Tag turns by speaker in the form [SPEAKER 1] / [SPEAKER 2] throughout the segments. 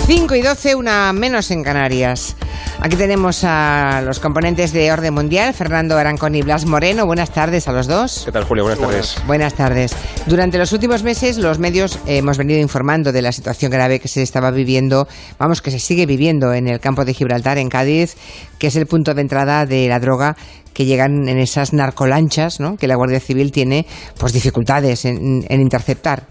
[SPEAKER 1] 5:12, una menos en Canarias. Aquí tenemos a los componentes de Orden Mundial, Fernando Arancón y Blas Moreno. Buenas tardes a los dos.
[SPEAKER 2] ¿Qué tal, Julio? Buenas tardes.
[SPEAKER 1] Buenas tardes. Durante los últimos meses los medios hemos venido informando de la situación grave que se estaba viviendo, que se sigue viviendo en el campo de Gibraltar, en Cádiz, que es el punto de entrada de la droga que llegan en esas narcolanchas, ¿no?, que la Guardia Civil tiene pues dificultades en interceptar.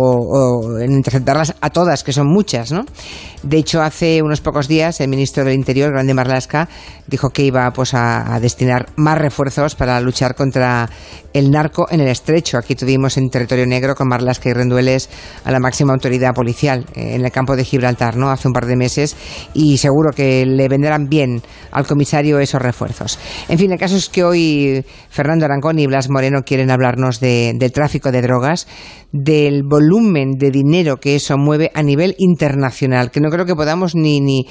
[SPEAKER 1] O en interceptarlas a todas, que son muchas, ¿no? De hecho, hace unos pocos días el ministro del Interior, Grande Marlaska, dijo que iba pues a destinar más refuerzos para luchar contra el narco en el Estrecho. Aquí tuvimos en territorio negro con Marlaska y Rendueles a la máxima autoridad policial en el campo de Gibraltar, ¿no?, hace un par de meses, y seguro que le vendrán bien al comisario esos refuerzos. En fin, el caso es que hoy Fernando Arancón y Blas Moreno quieren hablarnos del tráfico de drogas, del volumen de dinero que eso mueve a nivel internacional, que no creo que podamos ni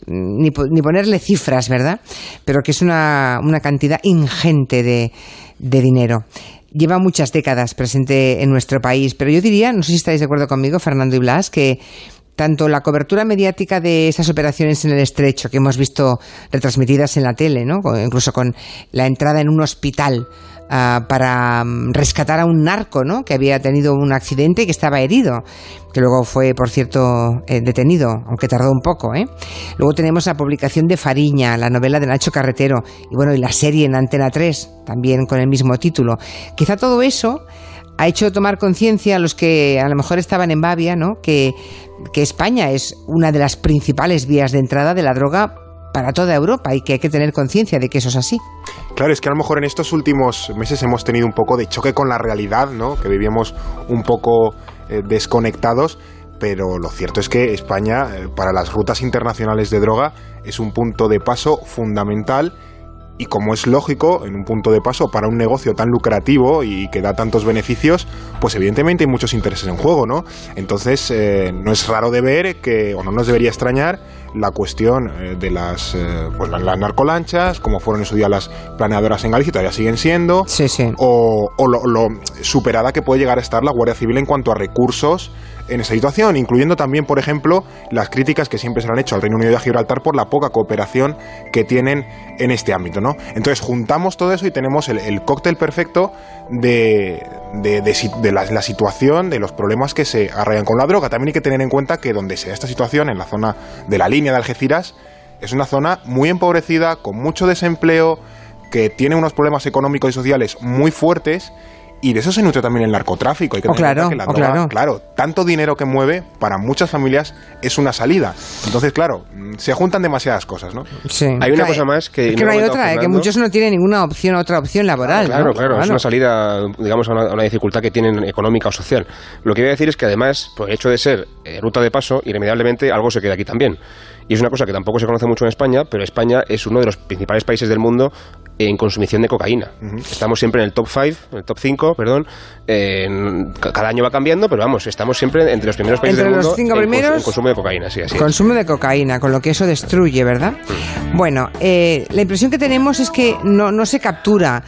[SPEAKER 1] ponerle cifras, ¿verdad? Pero que es una cantidad ingente de dinero. Lleva muchas décadas presente en nuestro país, pero yo diría, no sé si estáis de acuerdo conmigo, Fernando y Blas, que tanto la cobertura mediática de esas operaciones en el Estrecho que hemos visto retransmitidas en la tele, ¿no?, incluso con la entrada en un hospital para rescatar a un narco, ¿no?, que había tenido un accidente y que estaba herido, que luego fue, por cierto, detenido, aunque tardó un poco, ¿eh? Luego tenemos la publicación de Fariña, la novela de Nacho Carretero, y la serie en Antena 3, también con el mismo título. Quizá todo eso ha hecho tomar conciencia a los que a lo mejor estaban en Babia, ¿no?, que España es una de las principales vías de entrada de la droga para toda Europa y que hay que tener conciencia de que eso es así.
[SPEAKER 3] Claro, es que a lo mejor en estos últimos meses hemos tenido un poco de choque con la realidad, ¿no?, que vivíamos un poco desconectados, pero lo cierto es que España, para las rutas internacionales de droga, es un punto de paso fundamental. Y como es lógico, en un punto de paso para un negocio tan lucrativo y que da tantos beneficios, pues evidentemente hay muchos intereses en juego, ¿no? Entonces, no es raro de ver o no nos debería extrañar la cuestión de las narcolanchas, como fueron en su día las planeadoras en Galicia, todavía siguen siendo,
[SPEAKER 1] sí.
[SPEAKER 3] o lo superada que puede llegar a estar la Guardia Civil en cuanto a recursos en esa situación, incluyendo también, por ejemplo, las críticas que siempre se le han hecho al Reino Unido y a Gibraltar por la poca cooperación que tienen en este ámbito, ¿no? Entonces juntamos todo eso y tenemos el cóctel perfecto de la situación, de los problemas que se arraigan con la droga. También hay que tener en cuenta que donde se da esta situación, en la zona de la línea de Algeciras, es una zona muy empobrecida, con mucho desempleo, que tiene unos problemas económicos y sociales muy fuertes. Y de eso se nutre también el narcotráfico. Hay que tener en cuenta que la droga, claro, tanto dinero que mueve, para muchas familias es una salida. Entonces, claro, se juntan demasiadas cosas, ¿no?
[SPEAKER 1] Sí.
[SPEAKER 2] Hay una cosa más que...
[SPEAKER 1] Es que no hay otra, que muchos no tienen ninguna otra opción laboral.
[SPEAKER 2] Claro,
[SPEAKER 1] ¿no?
[SPEAKER 2] Claro, es una salida, digamos, a una dificultad que tienen económica o social. Lo que voy a decir es que además, por el hecho de ser ruta de paso, irremediablemente algo se queda aquí también. Y es una cosa que tampoco se conoce mucho en España, pero España es uno de los principales países del mundo en consumición de cocaína. Uh-huh. Estamos siempre en el top 5, cada año va cambiando, pero vamos, estamos siempre entre los primeros países del mundo en consumo de cocaína. Sí, así
[SPEAKER 1] consumo de cocaína, con lo que eso destruye, ¿verdad? Uh-huh. Bueno, la impresión que tenemos es que no se captura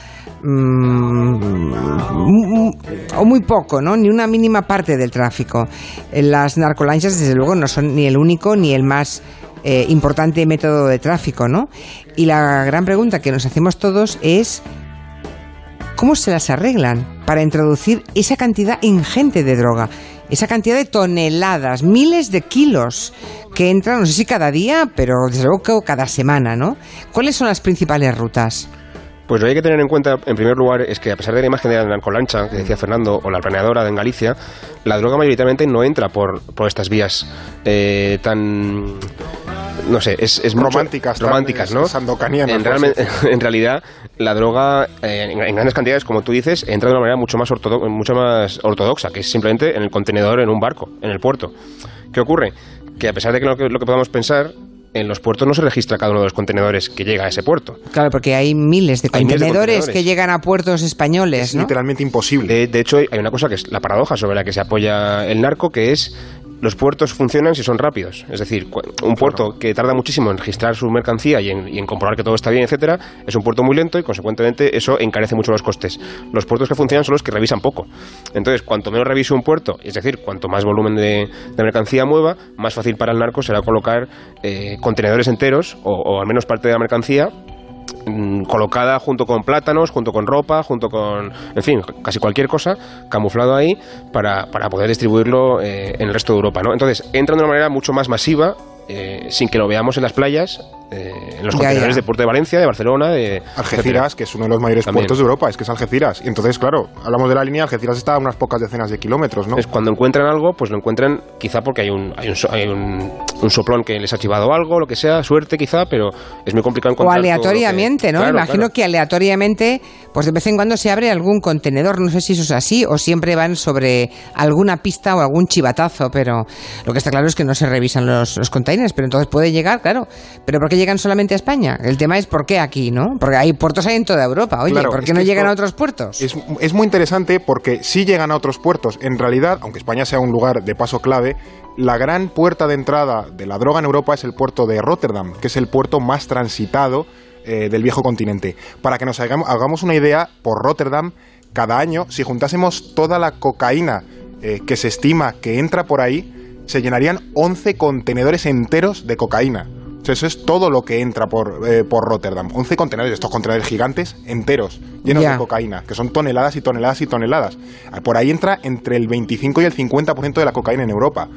[SPEAKER 1] o muy poco, ¿no?, ni una mínima parte del tráfico. Las narcolanchas, desde luego, no son ni el único ni el más importante método de tráfico, ¿no? Y la gran pregunta que nos hacemos todos es ¿cómo se las arreglan para introducir esa cantidad ingente de droga? Esa cantidad de toneladas, miles de kilos que entran, no sé si cada día, pero desde luego cada semana, ¿no? ¿Cuáles son las principales rutas?
[SPEAKER 2] Pues lo que hay que tener en cuenta, en primer lugar, es que a pesar de la imagen de la narcolancha, que decía Fernando, o la planeadora en Galicia, la droga mayoritariamente no entra por estas vías tan... no sé, es
[SPEAKER 3] románticas,
[SPEAKER 2] ¿no?
[SPEAKER 3] Sandocanianas.
[SPEAKER 2] En realidad, la droga, en grandes cantidades, como tú dices, entra de una manera mucho más ortodoxa, que es simplemente en el contenedor, en un barco, en el puerto. ¿Qué ocurre? Que a pesar de que lo que podamos pensar, en los puertos no se registra cada uno de los contenedores que llega a ese puerto.
[SPEAKER 1] Claro, porque hay miles de contenedores que llegan a puertos españoles,
[SPEAKER 3] es
[SPEAKER 1] ¿no?
[SPEAKER 3] literalmente imposible.
[SPEAKER 2] De hecho, hay una cosa que es la paradoja sobre la que se apoya el narco, que es los puertos funcionan si son rápidos. Es decir, un puerto que tarda muchísimo en registrar su mercancía y en comprobar que todo está bien, etcétera, es un puerto muy lento y, consecuentemente, eso encarece mucho los costes. Los puertos que funcionan son los que revisan poco. Entonces, cuanto menos revise un puerto, es decir, cuanto más volumen de mercancía mueva, más fácil para el narco será colocar contenedores enteros o al menos parte de la mercancía colocada junto con plátanos, junto con ropa, junto con, en fin, casi cualquier cosa camuflado ahí para poder distribuirlo en el resto de Europa, ¿no? Entonces, entran de una manera mucho más masiva, sin que lo veamos en las playas, en los contenedores de Puerto de Valencia, de Barcelona, de
[SPEAKER 3] Algeciras, que es uno de los mayores puertos de Europa, es que es Algeciras. Y entonces, claro, hablamos de la línea, Algeciras está a unas pocas decenas de kilómetros, ¿no?
[SPEAKER 2] Entonces, cuando encuentran algo, pues lo encuentran quizá porque hay un soplón que les ha chivado algo, lo que sea, suerte quizá, pero es muy complicado encontrar.
[SPEAKER 1] O aleatoriamente, ¿no?
[SPEAKER 2] Claro,
[SPEAKER 1] Imagino que aleatoriamente, pues de vez en cuando se abre algún contenedor, no sé si eso es así, o siempre van sobre alguna pista o algún chivatazo, pero lo que está claro es que no se revisan los containers, pero entonces puede llegar, claro. ¿Pero por qué llegan solamente a España? El tema es por qué aquí, ¿no? Porque hay puertos en toda Europa. Oye, claro, ¿por qué no llegan a otros puertos?
[SPEAKER 3] Es muy interesante porque sí llegan a otros puertos. En realidad, aunque España sea un lugar de paso clave, la gran puerta de entrada de la droga en Europa es el puerto de Rotterdam, que es el puerto más transitado del viejo continente. Para que nos hagamos una idea, por Rotterdam, cada año, si juntásemos toda la cocaína que se estima que entra por ahí, se llenarían 11 contenedores enteros de cocaína. O sea, eso es todo lo que entra por Rotterdam. 11 contenedores, estos contenedores gigantes enteros, llenos de cocaína, que son toneladas y toneladas y toneladas. Por ahí entra entre el 25 y el 50% de la cocaína en Europa.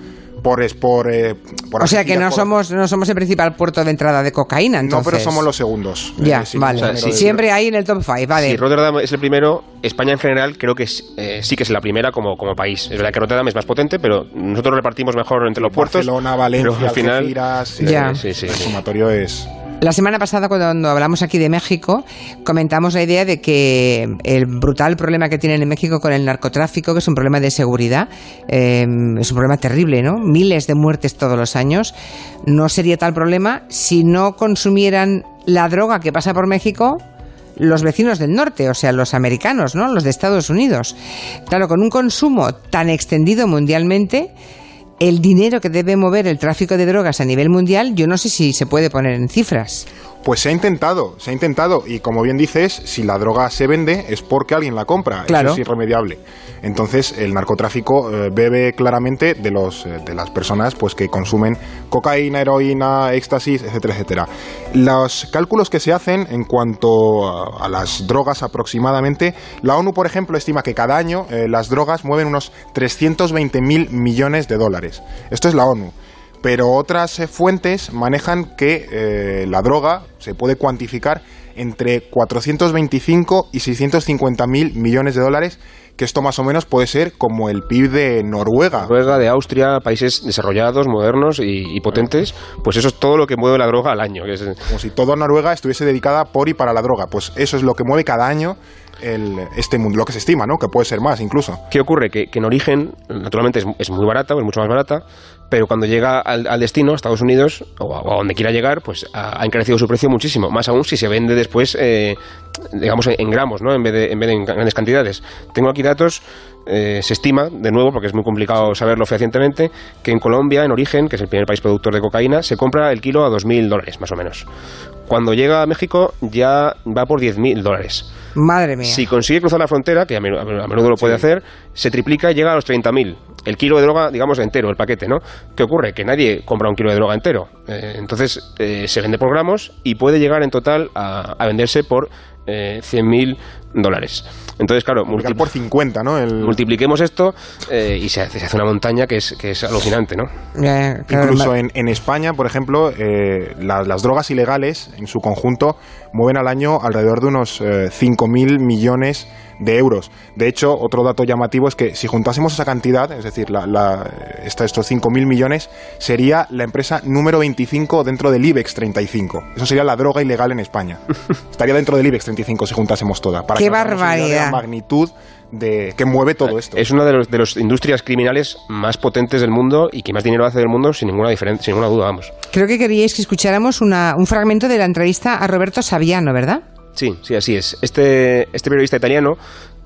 [SPEAKER 1] O sea que no somos el principal puerto de entrada de cocaína, entonces.
[SPEAKER 3] No, pero somos los segundos.
[SPEAKER 1] Ya, vale. O sea, siempre hay en el top 5, vale.
[SPEAKER 2] Si Rotterdam es el primero, España en general creo que sí que es la primera como país. Es verdad que Rotterdam es más potente, pero nosotros repartimos mejor entre los puertos.
[SPEAKER 3] Barcelona, Valencia, Algeciras, el sumatorio es...
[SPEAKER 1] La semana pasada, cuando hablamos aquí de México, comentamos la idea de que el brutal problema que tienen en México con el narcotráfico, que es un problema de seguridad, es un problema terrible, ¿no? Miles de muertes todos los años. No sería tal problema si no consumieran la droga que pasa por México los vecinos del norte, o sea, los americanos, ¿no? Los de Estados Unidos. Claro, con un consumo tan extendido mundialmente, el dinero que debe mover el tráfico de drogas a nivel mundial, yo no sé si se puede poner en cifras.
[SPEAKER 3] Pues se ha intentado, y como bien dices, si la droga se vende es porque alguien la compra, claro. Eso es irremediable. Entonces el narcotráfico bebe claramente de las personas pues que consumen cocaína, heroína, éxtasis, etcétera, etcétera. Los cálculos que se hacen en cuanto a las drogas aproximadamente, la ONU, por ejemplo, estima que cada año las drogas mueven unos 320.000 millones de dólares. Esto es la ONU. Pero otras fuentes manejan que la droga se puede cuantificar entre 425 y 650.000 millones de dólares, que esto más o menos puede ser como el PIB de Noruega.
[SPEAKER 2] Noruega, de Austria, países desarrollados, modernos y potentes, pues eso es todo lo que mueve la droga al año.
[SPEAKER 3] Como si toda Noruega estuviese dedicada por y para la droga, pues eso es lo que mueve cada año este mundo, lo que se estima, ¿no? Que puede ser más incluso.
[SPEAKER 2] ¿Qué ocurre? Que en origen, naturalmente, es muy barata, es mucho más barata, pero cuando llega al destino, a Estados Unidos, o a donde quiera llegar, pues ha encarecido su precio muchísimo, más aún si se vende después, digamos, en gramos, ¿no? En vez de en grandes cantidades. Tengo aquí datos, se estima, de nuevo, porque es muy complicado saberlo fehacientemente, que en Colombia, en origen, que es el primer país productor de cocaína, se compra el kilo a $2.000, más o menos. Cuando llega a México ya va por $10.000.
[SPEAKER 1] Madre mía.
[SPEAKER 2] Si consigue cruzar la frontera, que a menudo lo puede hacer, se triplica y llega a los 30.000. El kilo de droga, digamos, entero, el paquete, ¿no? ¿Qué ocurre? Que nadie compra un kilo de droga entero. Entonces se vende por gramos y puede llegar en total a venderse por $100.000. Entonces, claro,
[SPEAKER 3] por 50, ¿no?
[SPEAKER 2] Multipliquemos esto y se hace una montaña que es alucinante, ¿no?
[SPEAKER 1] Claro,
[SPEAKER 3] incluso en España, por ejemplo, las drogas ilegales en su conjunto mueven al año alrededor de unos 5.000 millones de euros. De hecho, otro dato llamativo es que si juntásemos esa cantidad, es decir, estos 5.000 millones, sería la empresa número 25 dentro del IBEX 35. Eso sería la droga ilegal en España. Estaría dentro del IBEX 35 si juntásemos toda.
[SPEAKER 1] ¡Qué barbaridad!
[SPEAKER 3] La magnitud que mueve todo esto.
[SPEAKER 2] Es una de las industrias criminales más potentes del mundo y que más dinero hace del mundo, sin ninguna duda, vamos.
[SPEAKER 1] Creo que queríais que escucháramos un fragmento de la entrevista a Roberto Saviano, ¿verdad?
[SPEAKER 2] Sí, así es. Este periodista italiano,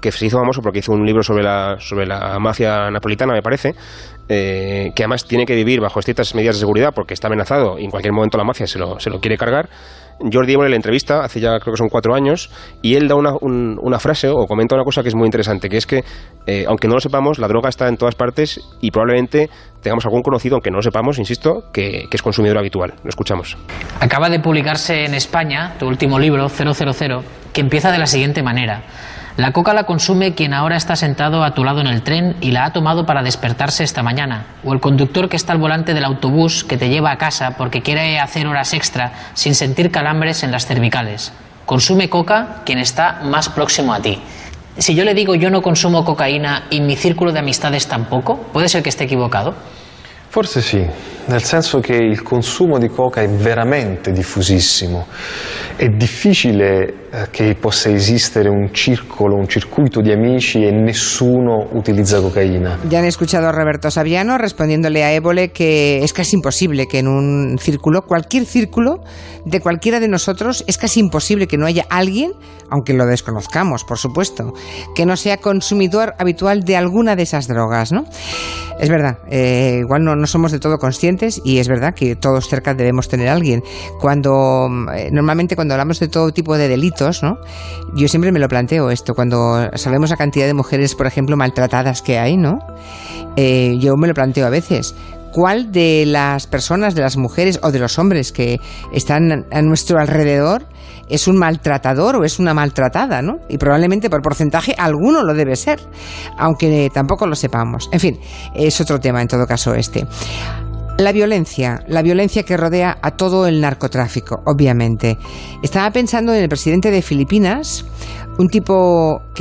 [SPEAKER 2] que se hizo famoso porque hizo un libro sobre la mafia napolitana, me parece, que además tiene que vivir bajo estrictas medidas de seguridad porque está amenazado y en cualquier momento la mafia se lo quiere cargar. Jordi Évole le entrevista hace ya creo que son 4 años y él da una frase o comenta una cosa que es muy interesante, que es que aunque no lo sepamos, la droga está en todas partes y probablemente tengamos algún conocido, aunque no lo sepamos, insisto, que es consumidor habitual. Lo escuchamos.
[SPEAKER 4] Acaba de publicarse en España tu último libro, 000, que empieza de la siguiente manera. La coca la consume quien ahora está sentado a tu lado en el tren y la ha tomado para despertarse esta mañana. O el conductor que está al volante del autobús que te lleva a casa porque quiere hacer horas extra sin sentir calambres en las cervicales. Consume coca quien está más próximo a ti. Si yo le digo yo no consumo cocaína y mi círculo de amistades tampoco, ¿puede ser que esté equivocado?
[SPEAKER 5] Forse sì, nel senso che il consumo di coca è veramente diffusissimo. È difficile che possa esistere un circuito di amici e nessuno utilizza cocaína.
[SPEAKER 1] Ya han escuchado a Roberto Saviano respondiéndole a Évole que es casi imposible que en un círculo, cualquier círculo de cualquiera de nosotros, es casi imposible que no haya alguien, aunque lo desconozcamos, por supuesto, que no sea consumidor habitual de alguna de esas drogas, ¿no? Es verdad, igual no somos de todo conscientes y es verdad que todos cerca debemos tener a alguien. Normalmente cuando hablamos de todo tipo de delitos, ¿no? Yo siempre me lo planteo esto, cuando sabemos la cantidad de mujeres, por ejemplo, maltratadas que hay, ¿no? Yo me lo planteo a veces. ¿Cuál de las personas, de las mujeres o de los hombres que están a nuestro alrededor es un maltratador o es una maltratada, ¿no? Y probablemente por porcentaje alguno lo debe ser, aunque tampoco lo sepamos. En fin, es otro tema en todo caso este. La violencia que rodea a todo el narcotráfico, obviamente. Estaba pensando en el presidente de Filipinas, un tipo al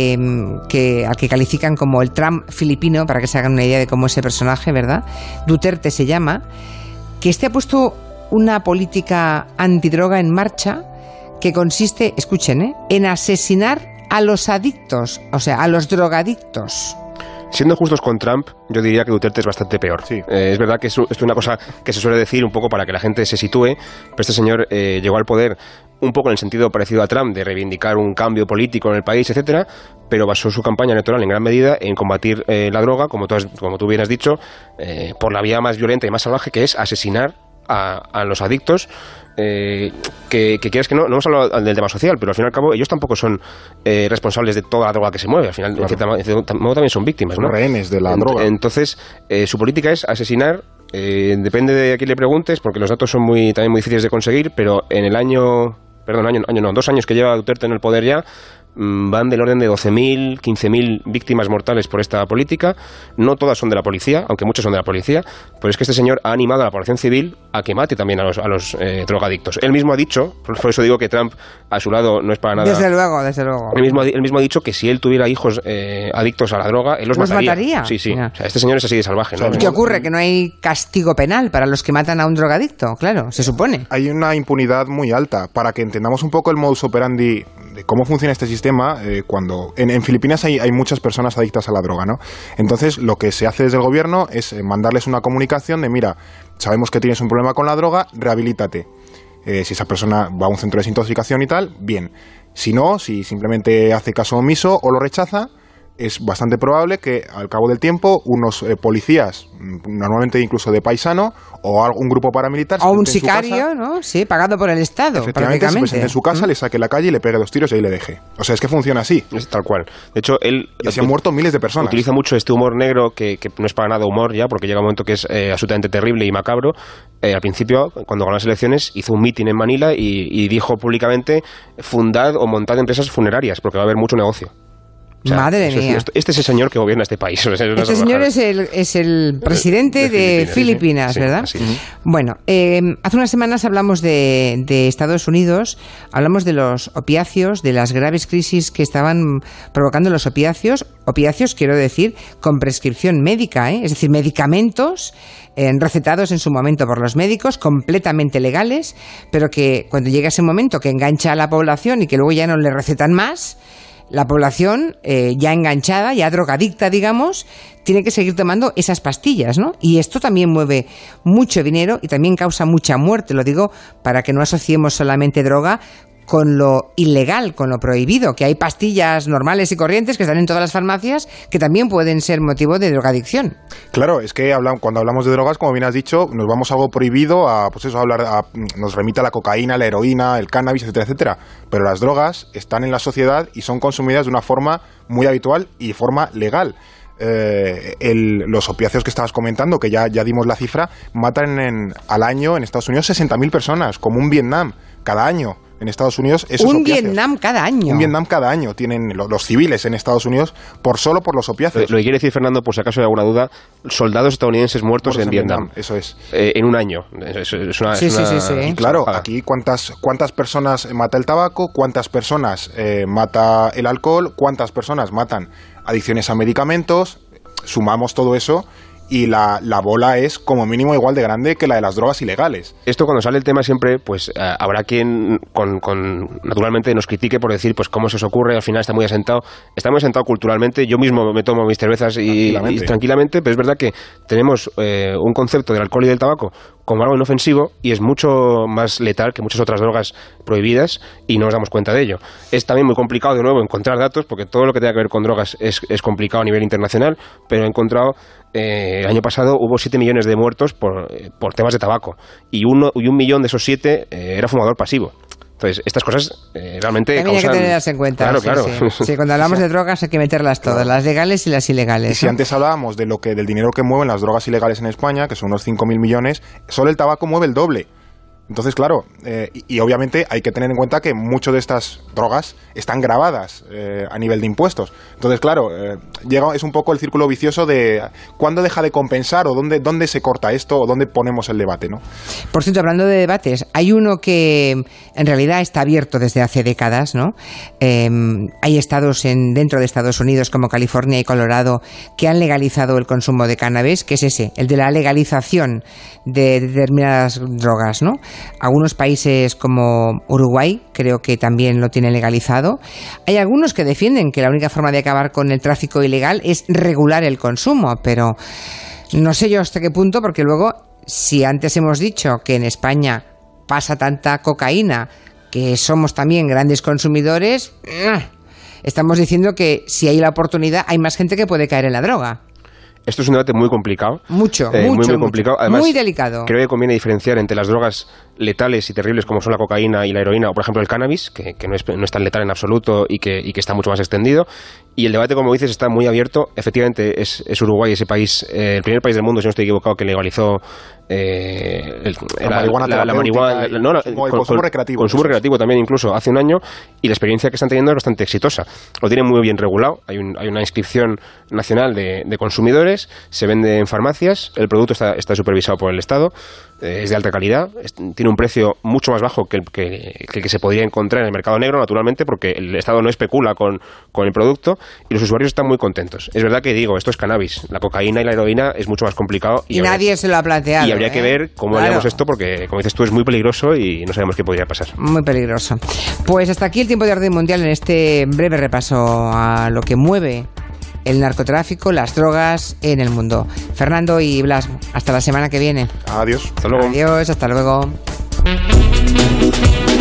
[SPEAKER 1] que califican como el Trump filipino, para que se hagan una idea de cómo es ese personaje, ¿verdad? Duterte se llama, que ha puesto una política antidroga en marcha que consiste, escuchen, en asesinar a los adictos, o sea, a los drogadictos.
[SPEAKER 2] Siendo justos con Trump, yo diría que Duterte es bastante peor. Sí. Es verdad que esto es una cosa que se suele decir un poco para que la gente se sitúe, pero este señor llegó al poder un poco en el sentido parecido a Trump, de reivindicar un cambio político en el país, etcétera, pero basó su campaña electoral en gran medida en combatir la droga, como tú bien has dicho, por la vía más violenta y más salvaje, que es asesinar a los adictos, que quieras que no hemos hablado del tema social, pero al fin y al cabo ellos tampoco son responsables de toda la droga que se mueve, al final claro. En cierto modo también son víctimas, ¿no?
[SPEAKER 3] Rehenes de la droga.
[SPEAKER 2] Entonces su política es asesinar, depende de a quién le preguntes, porque los datos son también muy difíciles de conseguir, pero en el 2 años que lleva Duterte en el poder ya, van del orden de 12.000, 15.000 víctimas mortales por esta política. No todas son de la policía, aunque muchas son de la policía, pero es que este señor ha animado a la población civil a que mate también a los drogadictos. Él mismo ha dicho, por eso digo que Trump a su lado no es para nada...
[SPEAKER 1] Desde luego.
[SPEAKER 2] Él mismo ha dicho que si él tuviera hijos adictos a la droga, él los mataría. Sí. O sea, este señor es así de salvaje, ¿no?
[SPEAKER 1] ¿Qué ocurre? Que no hay castigo penal para los que matan a un drogadicto, claro, se supone.
[SPEAKER 3] Hay una impunidad muy alta. Para que entendamos un poco el modus operandi de cómo funciona este sistema, cuando en Filipinas hay muchas personas adictas a la droga, ¿no? Entonces lo que se hace desde el gobierno es mandarles una comunicación de mira, sabemos que tienes un problema con la droga, rehabilítate. Si esa persona va a un centro de desintoxicación y tal, bien. Si no, si simplemente hace caso omiso o lo rechaza, es bastante probable que al cabo del tiempo unos policías, normalmente incluso de paisano, o algún grupo paramilitar...
[SPEAKER 1] O un sicario, ¿no? Sí, pagado por el Estado,
[SPEAKER 3] efectivamente, se presente en su casa, le saque la calle y le pegue 2 tiros y ahí le deje. O sea, es que funciona así.
[SPEAKER 2] Es tal cual. De hecho, él...
[SPEAKER 3] Y se han muerto miles de personas.
[SPEAKER 2] Utiliza mucho este humor negro, que no es para nada humor ya, porque llega un momento que es absolutamente terrible y macabro. Al principio, cuando ganó las elecciones, hizo un mitin en Manila y dijo públicamente: fundad o montad empresas funerarias, porque va a haber mucho negocio. O sea,
[SPEAKER 1] madre mía.
[SPEAKER 2] Este es el señor que gobierna este país.
[SPEAKER 1] Este señor es el presidente de Filipinas, ¿verdad? Sí. Bueno, hace unas semanas hablamos de Estados Unidos, hablamos de los opiáceos, de las graves crisis que estaban provocando los opiáceos, quiero decir, con prescripción médica, es decir, medicamentos recetados en su momento por los médicos, completamente legales, pero que cuando llega ese momento que engancha a la población y que luego ya no le recetan más, la población ya enganchada, ya drogadicta, digamos, tiene que seguir tomando esas pastillas, ¿no? Y esto también mueve mucho dinero y también causa mucha muerte, lo digo para que no asociemos solamente droga con lo ilegal, con lo prohibido, que hay pastillas normales y corrientes que están en todas las farmacias que también pueden ser motivo de drogadicción.
[SPEAKER 3] Claro, es que cuando hablamos de drogas, como bien has dicho, nos vamos a algo prohibido, nos remite a la cocaína, la heroína, el cannabis, etcétera, etcétera. Pero las drogas están en la sociedad y son consumidas de una forma muy habitual y de forma legal. Los opiáceos que estabas comentando, que ya dimos la cifra, matan al año en Estados Unidos 60.000 personas, como un Vietnam, cada año. En Estados Unidos esos
[SPEAKER 1] un
[SPEAKER 3] opiáceos.
[SPEAKER 1] Vietnam cada año.
[SPEAKER 3] Un Vietnam cada año tienen los civiles en Estados Unidos solo por los opiáceos.
[SPEAKER 2] Lo que quiere decir, Fernando, por si acaso hay alguna duda, soldados estadounidenses muertos en Vietnam.
[SPEAKER 3] Eso es.
[SPEAKER 2] En un año.
[SPEAKER 1] Sí.
[SPEAKER 3] Y claro, aquí ¿cuántas personas mata el tabaco? ¿Cuántas personas mata el alcohol? ¿Cuántas personas matan adicciones a medicamentos? Sumamos todo eso y la bola es como mínimo igual de grande que la de las drogas ilegales.
[SPEAKER 2] Esto, cuando sale el tema, siempre pues habrá quien naturalmente nos critique por decir pues cómo se os ocurre, al final está muy asentado culturalmente. Yo mismo me tomo mis cervezas y tranquilamente, pero es verdad que tenemos un concepto del alcohol y del tabaco como algo inofensivo y es mucho más letal que muchas otras drogas prohibidas y no nos damos cuenta de ello. Es también muy complicado, de nuevo, encontrar datos, porque todo lo que tenga que ver con drogas es complicado a nivel internacional, pero he encontrado, el año pasado hubo 7 millones de muertos por temas de tabaco y un millón de esos 7 era fumador pasivo. Entonces, estas cosas realmente
[SPEAKER 1] también
[SPEAKER 2] causan...
[SPEAKER 1] hay que tenerlas en cuenta.
[SPEAKER 2] Claro.
[SPEAKER 1] Sí, cuando hablamos de drogas hay que meterlas todas, las legales y las ilegales.
[SPEAKER 3] Y si antes hablábamos del dinero que mueven las drogas ilegales en España, que son unos 5.000 millones, solo el tabaco mueve el doble. Entonces, claro, y obviamente hay que tener en cuenta que muchas de estas drogas están gravadas a nivel de impuestos. Entonces, claro, es un poco el círculo vicioso de cuándo deja de compensar o dónde se corta esto o dónde ponemos el debate, ¿no?
[SPEAKER 1] Por cierto, hablando de debates, hay uno que en realidad está abierto desde hace décadas, ¿no? Hay estados dentro de Estados Unidos como California y Colorado que han legalizado el consumo de cannabis, que es ese, el de la legalización de determinadas drogas, ¿no? Algunos países como Uruguay creo que también lo tienen legalizado. Hay algunos que defienden que la única forma de acabar con el tráfico ilegal es regular el consumo, pero no sé yo hasta qué punto, porque luego, si antes hemos dicho que en España pasa tanta cocaína, que somos también grandes consumidores, estamos diciendo que si hay la oportunidad hay más gente que puede caer en la droga.
[SPEAKER 2] Esto es un debate muy complicado.
[SPEAKER 1] Muy
[SPEAKER 2] complicado. Además,
[SPEAKER 1] muy delicado.
[SPEAKER 2] Creo que conviene diferenciar entre las drogas letales y terribles como son la cocaína y la heroína, o por ejemplo el cannabis, que no es tan letal en absoluto y que está mucho más extendido. Y el debate, como dices, está muy abierto. Efectivamente, es Uruguay ese país, el primer país del mundo, si no estoy equivocado, que legalizó la marihuana,
[SPEAKER 3] consumo recreativo.
[SPEAKER 2] Consumo recreativo también, incluso hace un año, y la experiencia que están teniendo es bastante exitosa. Lo tienen muy bien regulado. Hay una inscripción nacional de consumidores, se vende en farmacias, el producto está supervisado por el Estado, es de alta calidad, tiene un precio mucho más bajo que el que se podría encontrar en el mercado negro, naturalmente, porque el Estado no especula con el producto y los usuarios están muy contentos. Es verdad que esto es cannabis. La cocaína y la heroína es mucho más complicado.
[SPEAKER 1] Y nadie se lo ha planteado.
[SPEAKER 2] Y habría que ver cómo haríamos esto, porque, como dices tú, es muy peligroso y no sabemos qué podría pasar.
[SPEAKER 1] Muy peligroso. Pues hasta aquí el tiempo de orden mundial en este breve repaso a lo que mueve el narcotráfico, las drogas en el mundo. Fernando y Blas, hasta la semana que viene.
[SPEAKER 3] Adiós.
[SPEAKER 2] Hasta luego.
[SPEAKER 1] Adiós, hasta luego.